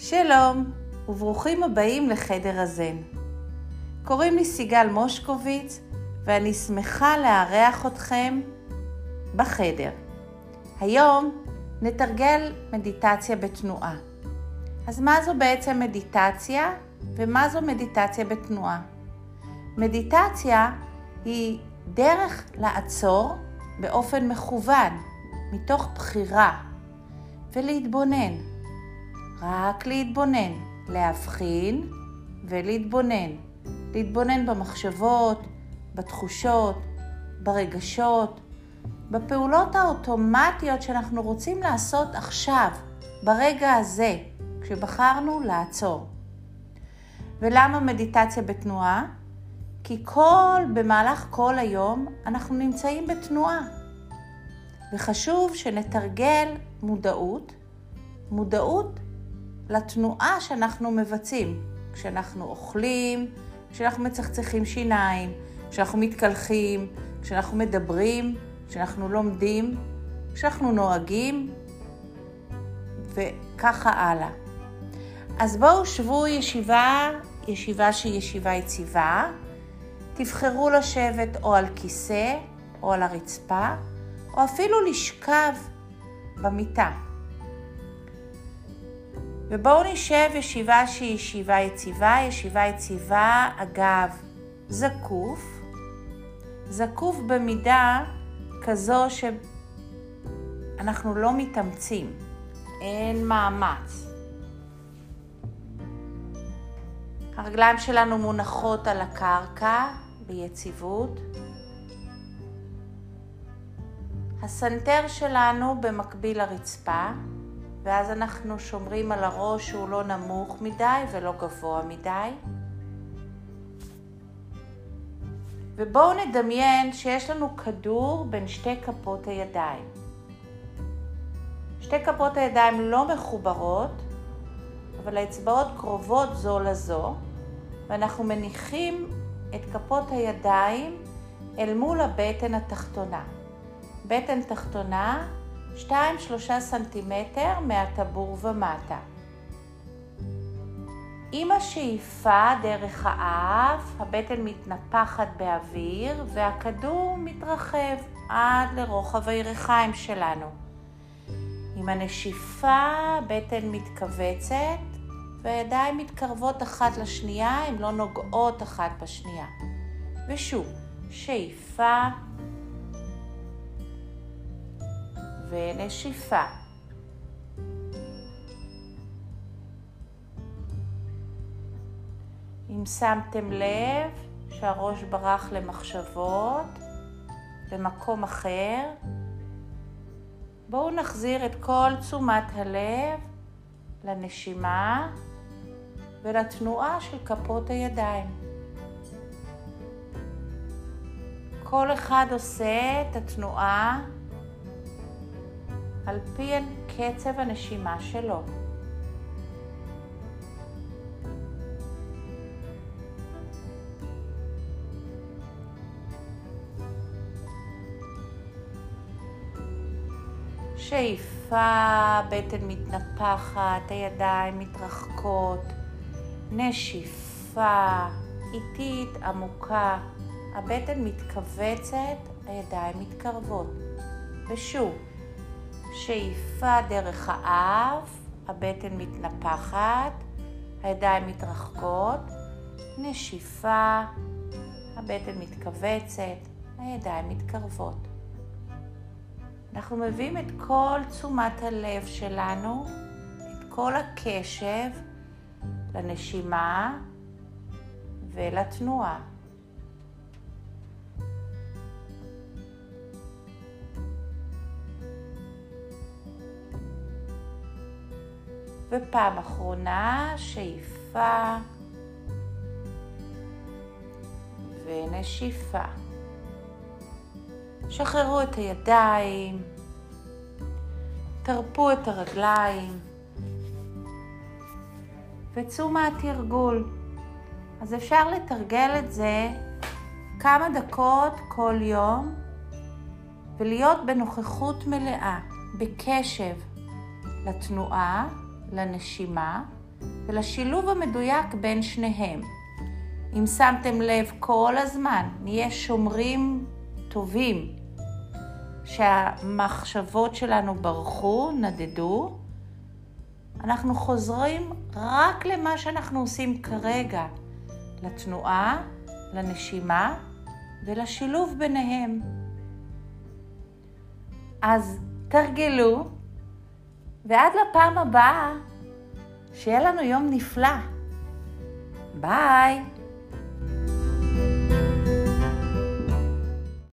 שלום וברוכים הבאים לחדר הזן. קוראים לי סיגל מושקוביץ ואני שמחה לארח אתכם בחדר. היום נתרגל מדיטציה בתנועה. אז מה זו בעצם מדיטציה ומה זו מדיטציה בתנועה? מדיטציה היא דרך לעצור באופן מכוון, מתוך בחירה, ולהתבונן. רק להתבונן, להבחין ולהתבונן. להתבונן במחשבות, בתחושות, ברגשות, בפעולות האוטומטיות שאנחנו רוצים לעשות עכשיו, ברגע הזה, כשבחרנו לעצור. ולמה מדיטציה בתנועה? כי במהלך כל היום אנחנו נמצאים בתנועה. וחשוב שנתרגל מודעות לתנועה שאנחנו מבצעים. כשאנחנו אוכלים, כשאנחנו מצחצחים שיניים, כשאנחנו מתקלחים, כשאנחנו מדברים, כשאנחנו לומדים, כשאנחנו נוהגים, וככה הלאה. אז בואו שבו ישיבה שהיא ישיבה יציבה, תבחרו לשבת או על כיסא או על הרצפה, או אפילו לשכב במיטה. ובואו נשב ישיבה שהיא ישיבה יציבה. ישיבה יציבה, אגב, זקוף במידה כזו שאנחנו לא מתאמצים, אין מאמץ. הרגליים שלנו מונחות על הקרקע ביציבות. הסנטר שלנו במקביל לרצפה, ואז אנחנו שומרים על הראש שהוא לא נמוך מדי ולא גבוה מדי. ובואו נדמיין שיש לנו כדור בין שתי כפות הידיים. שתי כפות הידיים לא מחוברות, אבל האצבעות קרובות זו לזו, ואנחנו מניחים את כפות הידיים אל מול הבטן התחתונה. בטן תחתונה 2-3 סנטימטר מהטבור ומטה. עם השאיפה דרך האף, הבטן מתנפחת באוויר והכדור מתרחב עד לרוחב הירכיים שלנו. עם הנשיפה הבטן מתכווצת והידיים מתקרבות אחת לשנייה, הן לא נוגעות אחת בשנייה. ושוב, שאיפה ונשיפה. אם שמתם לב שהראש ברח למחשבות במקום אחר, בואו נחזיר את כל תשומת הלב לנשימה ולתנועה של כפות הידיים. כל אחד עושה את התנועה על פי קצב הנשימה שלו. שאיפה, בטן מתנפחת, הידיים מתרחקות. נשיפה, איטית, עמוקה. הבטן מתכווצת, הידיים מתקרבות. ושוב, שאיפה דרך האף, הבטן מתנפחת, הידיים מתרחקות. נשיפה, הבטן מתכווצת, הידיים מתקרבות. אנחנו מביאים את כל תשומת הלב שלנו, את כל הקשב לנשימה ולתנועה. ופעם אחרונה, שאיפה ונשיפה. שחררו את הידיים, תרפו את הרגליים וצאו מהתרגול. אז אפשר לתרגל את זה כמה דקות כל יום ולהיות בנוכחות מלאה, בקשב לתנועה, לנשימה ולשילוב המדויק בין שניהם. אם שמתם לב כל הזמן, נהיה שומרים טובים, שהמחשבות שלנו ברחו, נדדו, אנחנו חוזרים רק למה שאנחנו עושים כרגע, לתנועה, לנשימה ולשילוב ביניהם. אז תרגלו, ועד לפעם הבאה, שיהיה לנו יום נפלא. ביי!